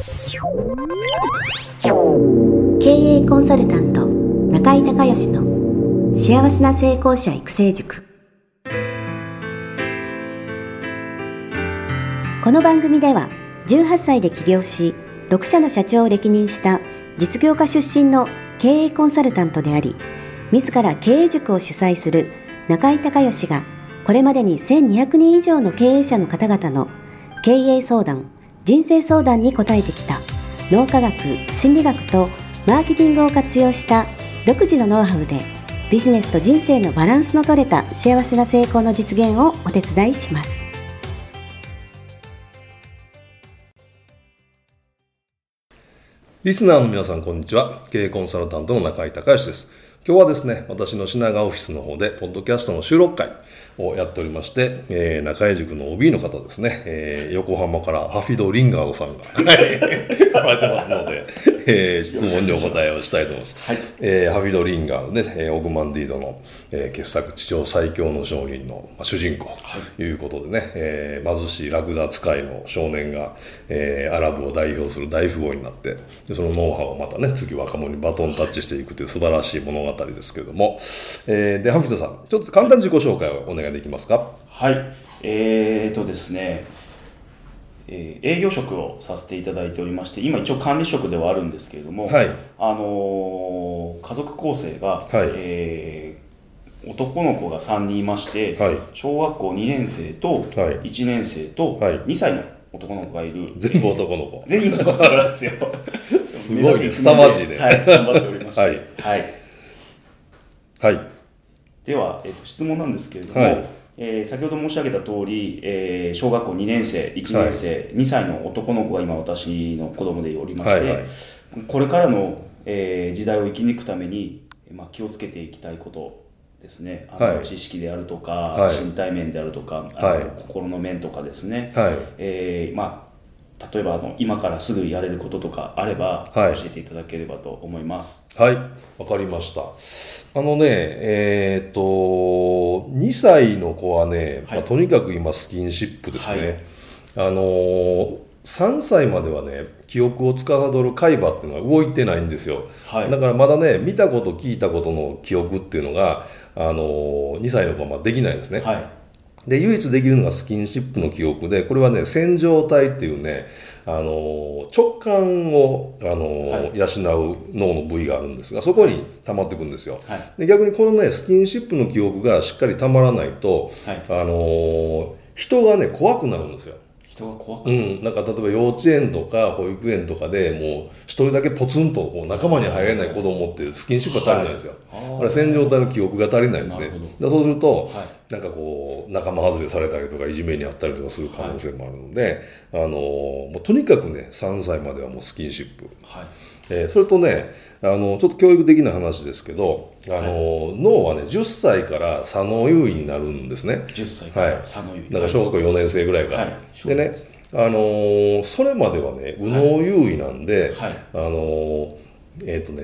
経営コンサルタント中井孝義の幸せな成功者育成塾。この番組では18歳で起業し6社の社長を歴任した実業家出身の経営コンサルタントであり、自ら経営塾を主催する中井孝義がこれまでに1200人以上の経営者の方々の経営相談、人生相談に応えてきた脳科学、心理学とマーケティングを活用した独自のノウハウでビジネスと人生のバランスの取れた幸せな成功の実現をお手伝いします。 リスナーの皆さん、こんにちは。経営コンサルタントの中井孝義です。今日はですね、私の品川オフィスの方でポッドキャストの収録会をやっておりまして、中井塾の OB の方ですね、横浜からハフィド・リンガードさんが来られてますので、質問にお答えをしたいと思います。はい、ハフィド・リンガードね、オグマンディードの、傑作地上最強の商人の、主人公ということでね、貧しいラクダ使いの少年が、アラブを代表する大富豪になって、でそのノウハウをまたね、次若者にバトンタッチしていくという素晴らしい物語ですけれども、でハフィドさん、ちょっと簡単に自己紹介をお願いできますか。 はい、ですね、営業職をさせていただいておりまして、今一応管理職ではあるんですけれども、はい、家族構成が、はい、男の子が3人いまして、はい、小学校2年生と1年生と2歳の男の子がいる。 全部男の子。 全員男の子なんですよ。 すごいね、凄まじいね。 はい、頑張っておりまして、 はい、 はい、はい、では、質問なんですけれども、はい、先ほど申し上げた通り、小学校2年生、1年生、はい、2歳の男の子が今私の子供でおりまして、はいはい、これからの、時代を生き抜くために、気をつけていきたいことですね。はい、知識であるとか、はい、身体面であるとか、はい、心の面とかですね、はい、例えば今からすぐやれることとかあれば、はい、教えていただければと思います。 はい、わかりました。2歳の子はね、はい、とにかく今スキンシップですね。はい、3歳まではね、記憶を司る海馬っていうのは動いてないんですよ。はい、だからまだね、見たこと聞いたことの記憶っていうのが、2歳の子はできないんですね。はい、で唯一できるのがスキンシップの記憶で、これはね、線条体っていうね、直感をはい、養う脳の部位があるんですが、そこに溜まっていくんですよ。はい、で逆にこのね、スキンシップの記憶がしっかり溜まらないと、はい、人がね、怖くなるんですよ。 人が怖く、 なんか例えば幼稚園とか保育園とかでもう一人だけポツンとこう仲間に入れない子供ってスキンシップが足りないんですよ。はい、あれ線条体の記憶が足りないんですね。でそうすると、はい、なんかこう仲間外れされたりとかいじめにあったりとかする可能性もあるので、はい、もうとにかくね3歳まではもうスキンシップ、はい、それとねちょっと教育的な話ですけど、はい、脳はね10歳から左脳優位になるんですね。 10歳から左脳優位、はい、 だから小学校4年生ぐらいから、はい、でねそれまではね右脳優位なんで、はい、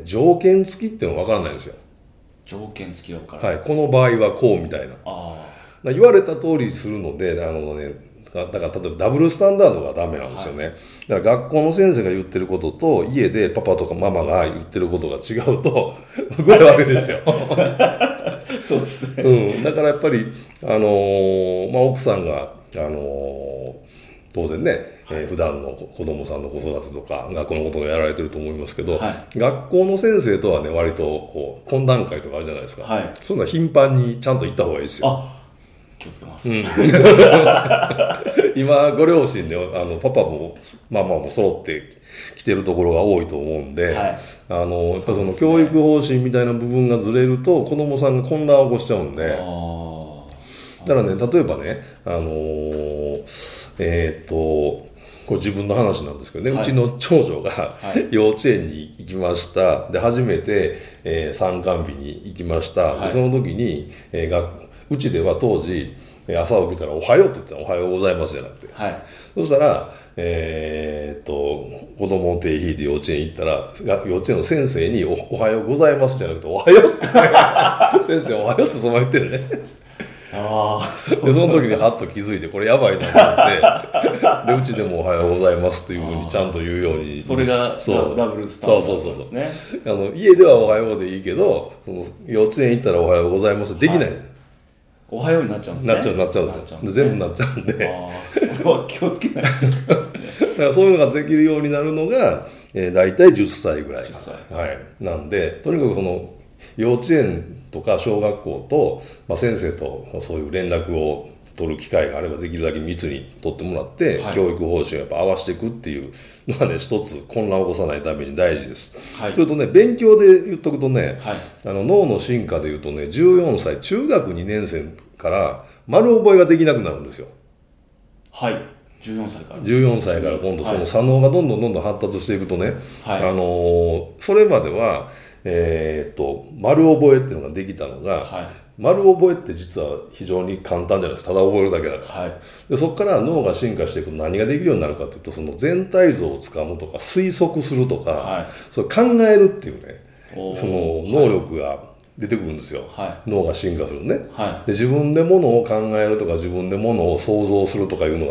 条件付きっていうのは分からないんですよ。 条件付きは分からない、 はい、この場合はこうみたいな、言われた通りするので、だから例えばダブルスタンダードがダメなんですよね。はい、だから学校の先生が言ってることと家でパパとかママが言ってることが違うとこれ悪いですよ。 そうですね。 だからやっぱり奥さんが当然ね、普段の子供さんの子育てとか学校のことをやられてると思いますけど、はい、学校の先生とはね割とこう懇談会とかあるじゃないですか。はい、そういうのは頻繁にちゃんと行った方がいいですよ。 気をつけます。 今ご両親でパパもママも揃ってきてるところが多いと思うんで、はい、やっぱその教育方針みたいな部分がずれると子供さんが混乱を起こしちゃうんで、だからね例えばねこれ自分の話なんですけどね、はい、うちの長女が幼稚園に行きました。で初めて、参観日に行きました。はい、でその時に、うちでは当時朝起きたらおはようって言ってたらおはようございますじゃなくて、はい、そしたら、子供の手引いて幼稚園行ったら幼稚園の先生に おはようございますじゃなくておはようって先生おはようってそのまま言ってるね。 でその時にハッと気づいてこれやばいなと思ってでうちでもおはようございますっていうふうにちゃんと言うようにそれがダブルスタンダードですね。 家ではおはようでいいけどその幼稚園行ったらおはようございますできないんですよ、 おはようになっちゃうんですね。 なっちゃうんですよ。全部なっちゃうんでそれは気をつけないといけないですね。 だからそういうのができるようになるのが、大体10歳ぐらい、はい、なんでとにかくその幼稚園とか小学校と、先生とそういう連絡を取る機会があればできるだけ密に取ってもらって、教育方針をやっぱ合わせていくっていうのがね一つ混乱を起こさないために大事です、それとね勉強で言っとくとね、脳の進化で言うとね14歳中学2年生から丸覚えができなくなるんですよ。 はい、14歳から今度その左脳がどんどん発達していくとね、それまでは、丸覚えっていうのができたのが、丸覚えって実は非常に簡単じゃないですか。ただ覚えるだけだから、でそこから脳が進化していくと何ができるようになるかというとその全体像をつかむとか推測するとか、それ考えるっていうねその能力が出てくるんですよ、脳が進化するね、で自分でものを考えるとか自分でものを想像するとかいうのが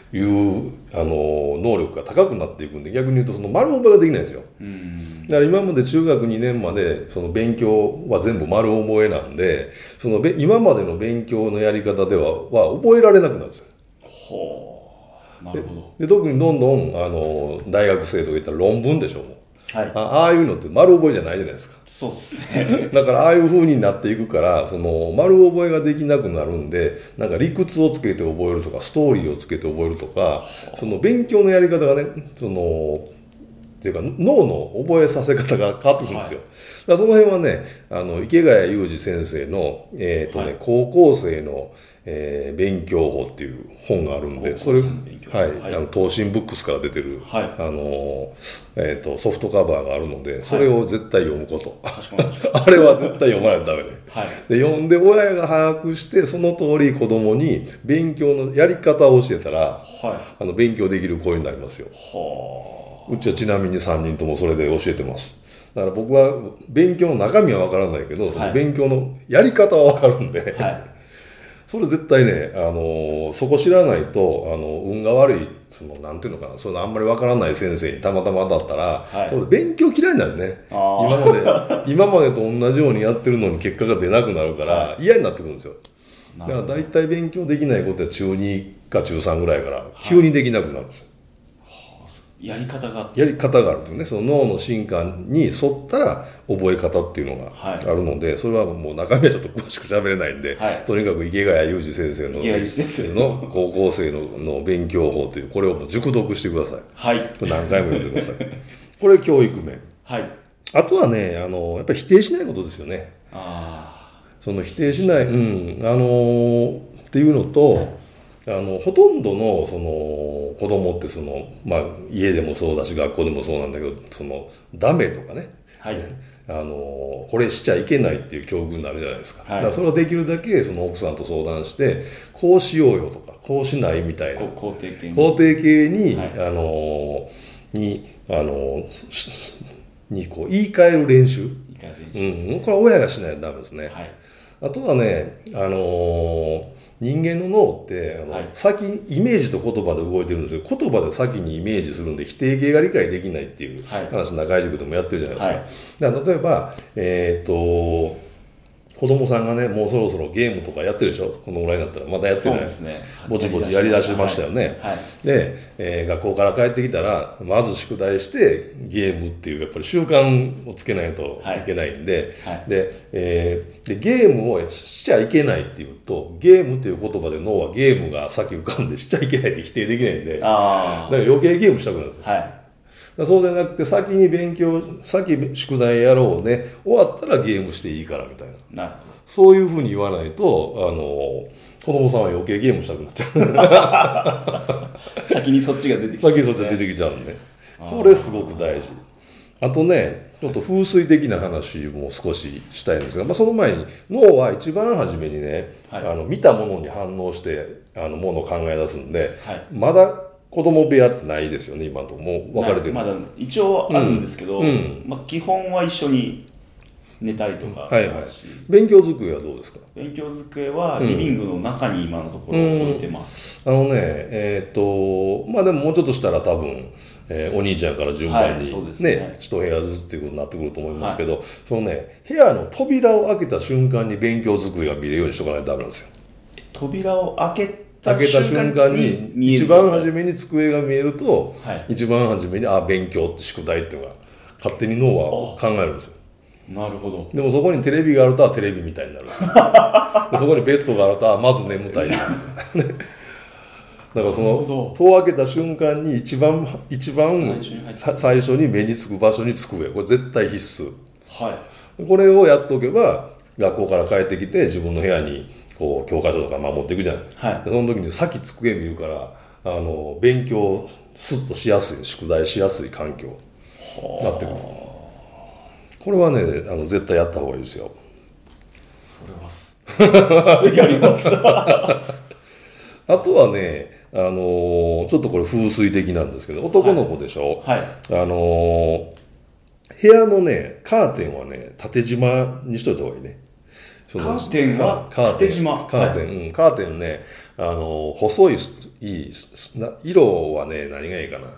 能力が高くなっていくんで逆に言うとその丸覚えができないんですよ。だから今まで中学2年までその勉強は全部丸覚えなんでその今までの勉強のやり方では覚えられなくなるんですよ。 なるほど。 で特にどんどん大学生とかいったら論文でしょもう、ああいうのって丸覚えじゃないじゃないですか。 そうですね。 だからああいう風になっていくからその丸覚えができなくなるんでなんか理屈をつけて覚えるとかストーリーをつけて覚えるとかその勉強のやり方がねっていうか脳の覚えさせ方が変わってくるんですよ、だからその辺はね池谷裕二先生の、高校生の、勉強法っていう本があるんでそれ東進ブックスから出てる、ソフトカバーがあるのでそれを絶対読むこと、あれは絶対読まないとダメで、読んで親が把握してその通り子供に勉強のやり方を教えたら、勉強できる子になりますよ。うちはちなみに3人ともそれで教えてます。だから僕は勉強の中身は分からないけどその勉強のやり方は分かるんで、それ絶対ねそこ知らないと運が悪いなんていうのかなそのあんまり分からない先生にたまたま当たったら、それ勉強嫌いになるね。今までと同じようにやってるのに結果が出なくなるから嫌になってくるんですよ。だから大体勉強できないことは中2か中3ぐらいから急にできなくなるんですよ。 やり方があるというねその脳の進化に沿った覚え方っていうのがあるので、それはもう中身はちょっと詳しく喋れないんで、とにかく池谷裕二先生の高校生の勉強法というこれをもう熟読してください。これ何回も読んでください。これ教育面、あとはねやっぱり否定しないことですよね。その否定しない、っていうのとほとんどのその子供って家でもそうだし学校でもそうなんだけどダメとかね、これしちゃいけないっていう教訓になるじゃないですか。だからそれをできるだけその奥さんと相談してこうしようよとかこうしないみたいな肯定形に、こう言い換える練習、これは親がしないとダメですね。あとはね人間の脳って先にイメージと言葉で動いてるんですよ。言葉で先にイメージするんで否定形が理解できないっていう話、中井塾でもやってるじゃないですか。だから例えば子供さんがねもうそろそろゲームとかやってるでしょ。このぐらいになったらまだやってない、ぼちぼちやりだしましたよね。で、学校から帰ってきたらまず宿題してゲームっていうやっぱり習慣をつけないといけないんで、でゲームをしちゃいけないっていうとゲームっていう言葉で脳はゲームが先浮かんでしちゃいけないって否定できないんでだから余計ゲームしたくなるんですよ。そうじゃなくて先宿題やろうね終わったらゲームしていいからみたいな、そういうふうに言わないと子供さんは余計ゲームしたくなっちゃう先にそっちが出てきちゃうんで、これすごく大事。あとねちょっと風水的な話も少ししたいんですが、その前に脳は一番初めにね、見たものに反応してものを考え出すんで、まだ子供部屋ってないですよね今のところ。もう分かれてる。 まだ一応あるんですけど、基本は一緒に寝たりとかはいはい。勉強机はどうですか？ 勉強机はリビングの中に今のところ置いてます。 まあでももうちょっとしたら多分、お兄ちゃんから順番にね、一部屋ずつっていうことになってくると思いますけど、そのね、部屋の扉を開けた瞬間に勉強机が見れるようにしとかないとダメなんですよ。 扉を開けた瞬間に一番初めに机が見えると、一番初めに勉強って宿題っていうのが勝手に脳は考えるんですよ。 なるほど。 でもそこにテレビがあるとテレビみたいになるでそこにベッドがあるとまず眠たいなだからその戸を開けた瞬間に一番最初に目につく場所に机、これ絶対必須、これをやっておけば学校から帰ってきて自分の部屋にこう教科書とか持っていくじゃない、その時にさっき机見るから勉強スッとしやすい、宿題しやすい環境になってくる。これはね絶対やった方がいいですよ。 それはやりますあとはねちょっとこれ風水的なんですけど、男の子でしょ、部屋のねカーテンはね縦縞にしといた方がいいね。 カーテンは縦縞。 カーテンね細い色はね何がいいかな、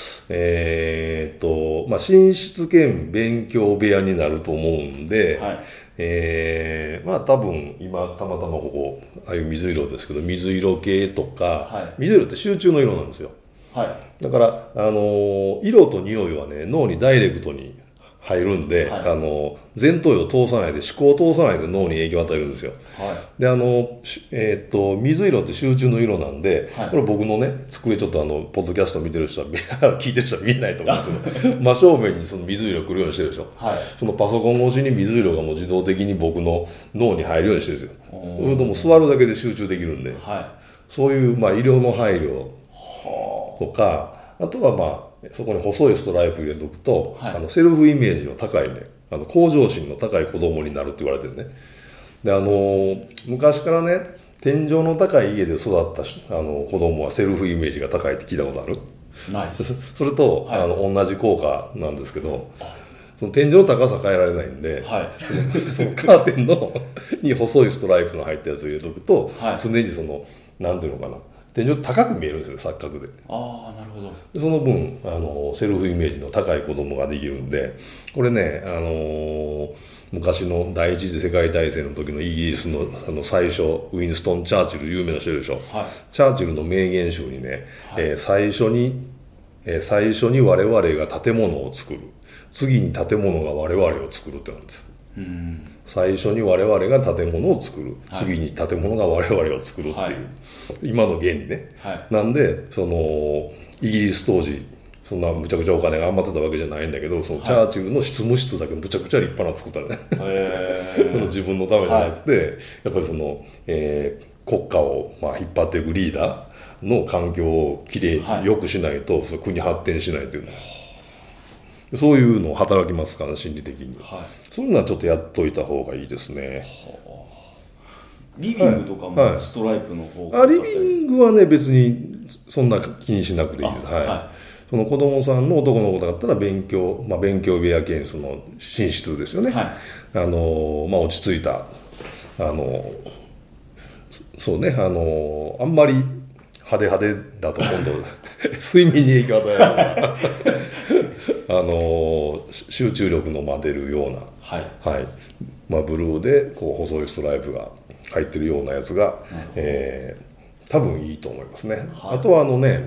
寝室兼勉強部屋になると思うんで、多分今たまたまここああいう水色ですけど、水色系とか、水色って集中の色なんですよ。だから色と匂いはね脳にダイレクトに入るんで、前頭葉を通さないで、思考を通さないで脳に影響を与えるんですよ。で水色って集中の色なんで、これ僕のね机ちょっとポッドキャスト見てる人は聞いてる人は見えないと思うんですけど真正面にその水色来るようにしてるでしょ、そのパソコン越しに水色がもう自動的に僕の脳に入るようにしてるんですよ。そうするともう座るだけで集中できるんで、そういう色の配慮とか、あとはそこに細いストライプ入れておくと、セルフイメージの高いね向上心の高い子供になるって言われてるね。で昔からね天井の高い家で育った子供はセルフイメージが高いって聞いたことある？ ないです。 それと、同じ効果なんですけど、その天井の高さ変えられないんで、そのカーテンに細いストライプの入ったやつを入れておくと、常にそのなんていうのかな、天井高く見えるんですよ、錯覚で。 なるほど。 でその分セルフイメージの高い子供ができるんで、これね昔の第一次世界大戦の時のイギリスの最初ウィンストン・チャーチル有名な人でしょ、チャーチルの名言集にね、最初に我々が建物を作る、次に建物が我々を作るってなんですよ。最初に我々が建物を作る、次に建物が我々を作るっていう、今の原理ね、なんでそのイギリス当時そんなむちゃくちゃお金が余ってたわけじゃないんだけど、そのチャーチルの執務室だけむちゃくちゃ立派な作ったねその自分のためじゃなくて、やっぱりその、国家を引っ張っていくリーダーの環境をきれいに良くしないと、その国発展しないっていうの、そういうのを働きますから、心理的に、そういうのはちょっとやっといた方がいいですね。 リビングとかもストライプの方が、 リビングはね別にそんな気にしなくていいです。その子供さんの男の子だったら勉強部屋兼その寝室ですよね。落ち着いたそうねあんまり派手だと今度睡眠に影響を与える集中力の出るような、ブルーでこう細いストライプが入ってるようなやつが、多分いいと思いますね。あとは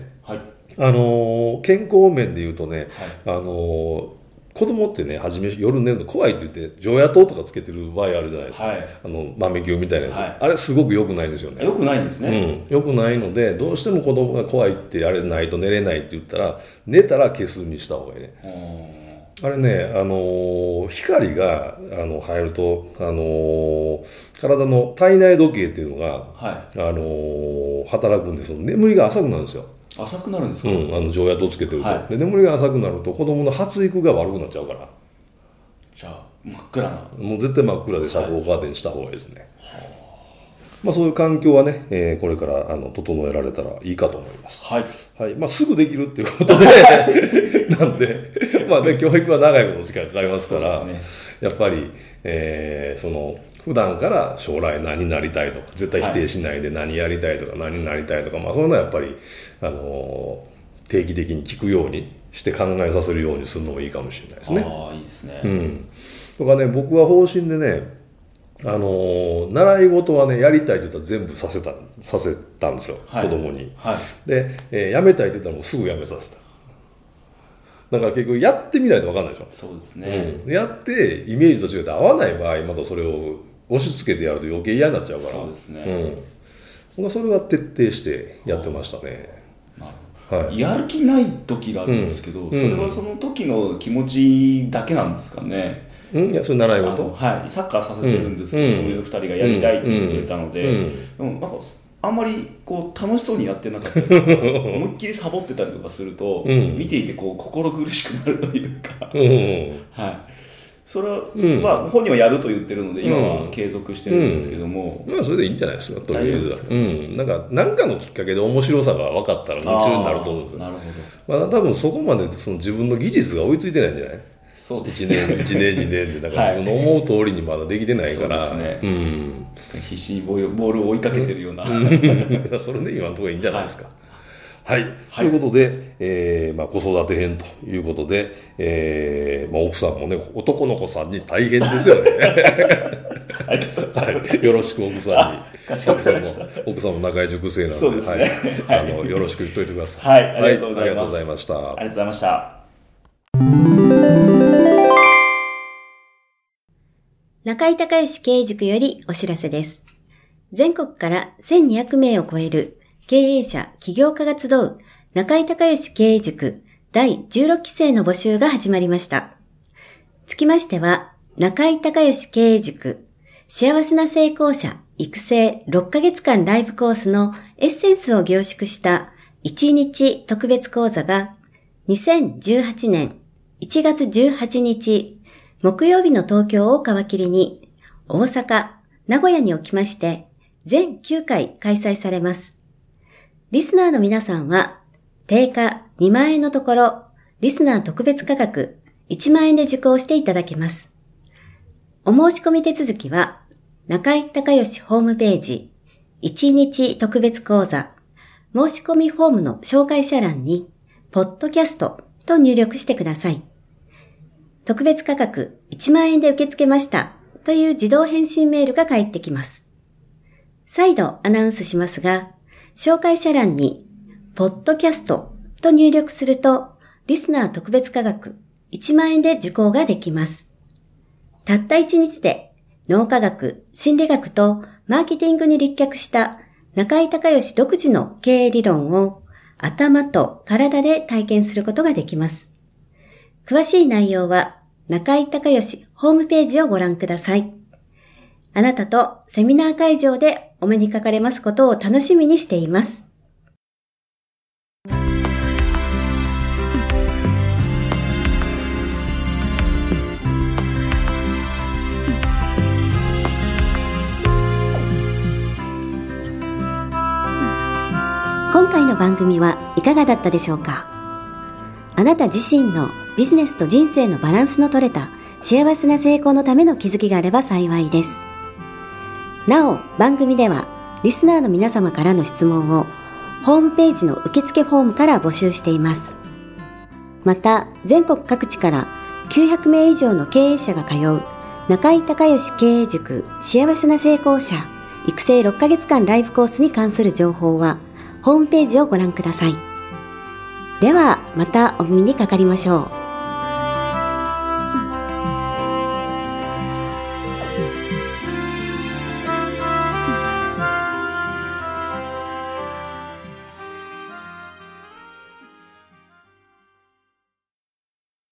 健康面でいうとね、子供ってね初め夜寝るの怖いって言って常夜灯とかつけてる場合あるじゃないですか、豆球みたいなやつ、あれすごく良くないんですよね。 良くないんですね。 良くないので、どうしても子供が怖いってあれないと寝れないって言ったら、寝たら消すにした方がいいね。あれね光が入ると体の体内時計っていうのが、働くんで、その眠りが浅くなるんですよ。 浅くなるんですか？ 常夜灯つけてると、で眠りが浅くなると子供の発育が悪くなっちゃうから、 じゃあ真っ暗な、 もう絶対真っ暗で遮光カーテンした方がいいですね。 そういう環境はね、これから整えられたらいいかと思います。 はい。 はい。すぐできるっていうことでなんで、教育は長いこと時間かかりますから、ね、やっぱり、普段から将来何になりたいとか、絶対否定しないで何やりたいとか、何になりたいとか、そういうのはやっぱり、定期的に聞くようにして考えさせるようにするのもいいかもしれないですね。 いいですね。 とかね、僕は方針でね、習い事はね、やりたいって言ったら全部させたんですよ、子供に。で、やめたいって言ったらもうすぐやめさせた。だから結局やってみないと分かんないでしょ。 そうですね。 やってイメージと違って合わない場合、またそれを押し付けてやると余計嫌になっちゃうから。 そうですね。 それは徹底してやってましたね。 やる気ない時があるんですけど、それはその時の気持ちだけなんですかね。 いや、それ習い事？ はい、サッカーさせてるんですけど、上の2人がやりたいって言ってくれたので、でもなんかあんまりこう楽しそうにやってなかったりとか思いっきりサボってたりとかすると、見ていてこう心苦しくなるというか、はい、それは、本人はやると言ってるので今は継続してるんですけども、 それでいいんじゃないですか、とりあえずは。なんかのきっかけで面白さが分かったら夢中になると思うんですよ。 なるほど。 多分そこまで自分の技術が追いついてないんじゃない？ そうですね。 1年2年で自分の思う通りにまだできてないから、 必死にボールを追いかけてるような、 それで今のところいいんじゃないですか。はい、ということで、子育て編ということで、奥さんもね、男の子さんに大変ですよね。 ありがとうございます。 よろしく奥さんに。 かしこまりました。 奥さんも中井塾生なので、 そうですね。 よろしく言っといてください。はい、ありがとうございます。 ありがとうございました。 ありがとうございました。 中井隆義経営塾よりお知らせです。全国から1200名を超える経営者、起業家が集う中井隆義経営塾第16期生の募集が始まりました。つきましては、中井隆義経営塾幸せな成功者育成6ヶ月間ライブコースのエッセンスを凝縮した1日特別講座が2018年1月18日木曜日の東京を皮切りに大阪、名古屋におきまして全9回開催されます。リスナーの皆さんは定価2万円のところリスナー特別価格1万円で受講していただけます。お申し込み手続きは中井隆義ホームページ1日特別講座申し込みフォームの紹介者欄にポッドキャストと入力してください。特別価格1万円で受け付けましたという自動返信メールが返ってきます。再度アナウンスしますが、紹介者欄にポッドキャストと入力するとリスナー特別価格1万円で受講ができます。たった1日で脳科学、心理学とマーケティングに立脚した中井隆義独自の経営理論を頭と体で体験することができます。詳しい内容は中井隆義ホームページをご覧ください。あなたとセミナー会場でお目にかかれますことを楽しみにしています。今回の番組はいかがだったでしょうか。あなた自身のビジネスと人生のバランスの取れた幸せな成功のための気づきがあれば幸いです。なお、番組ではリスナーの皆様からの質問をホームページの受付フォームから募集しています。また、全国各地から900名以上の経営者が通う中井隆義経営塾幸せな成功者育成6ヶ月間ライブコースに関する情報はホームページをご覧ください。ではまたお耳にかかりましょう。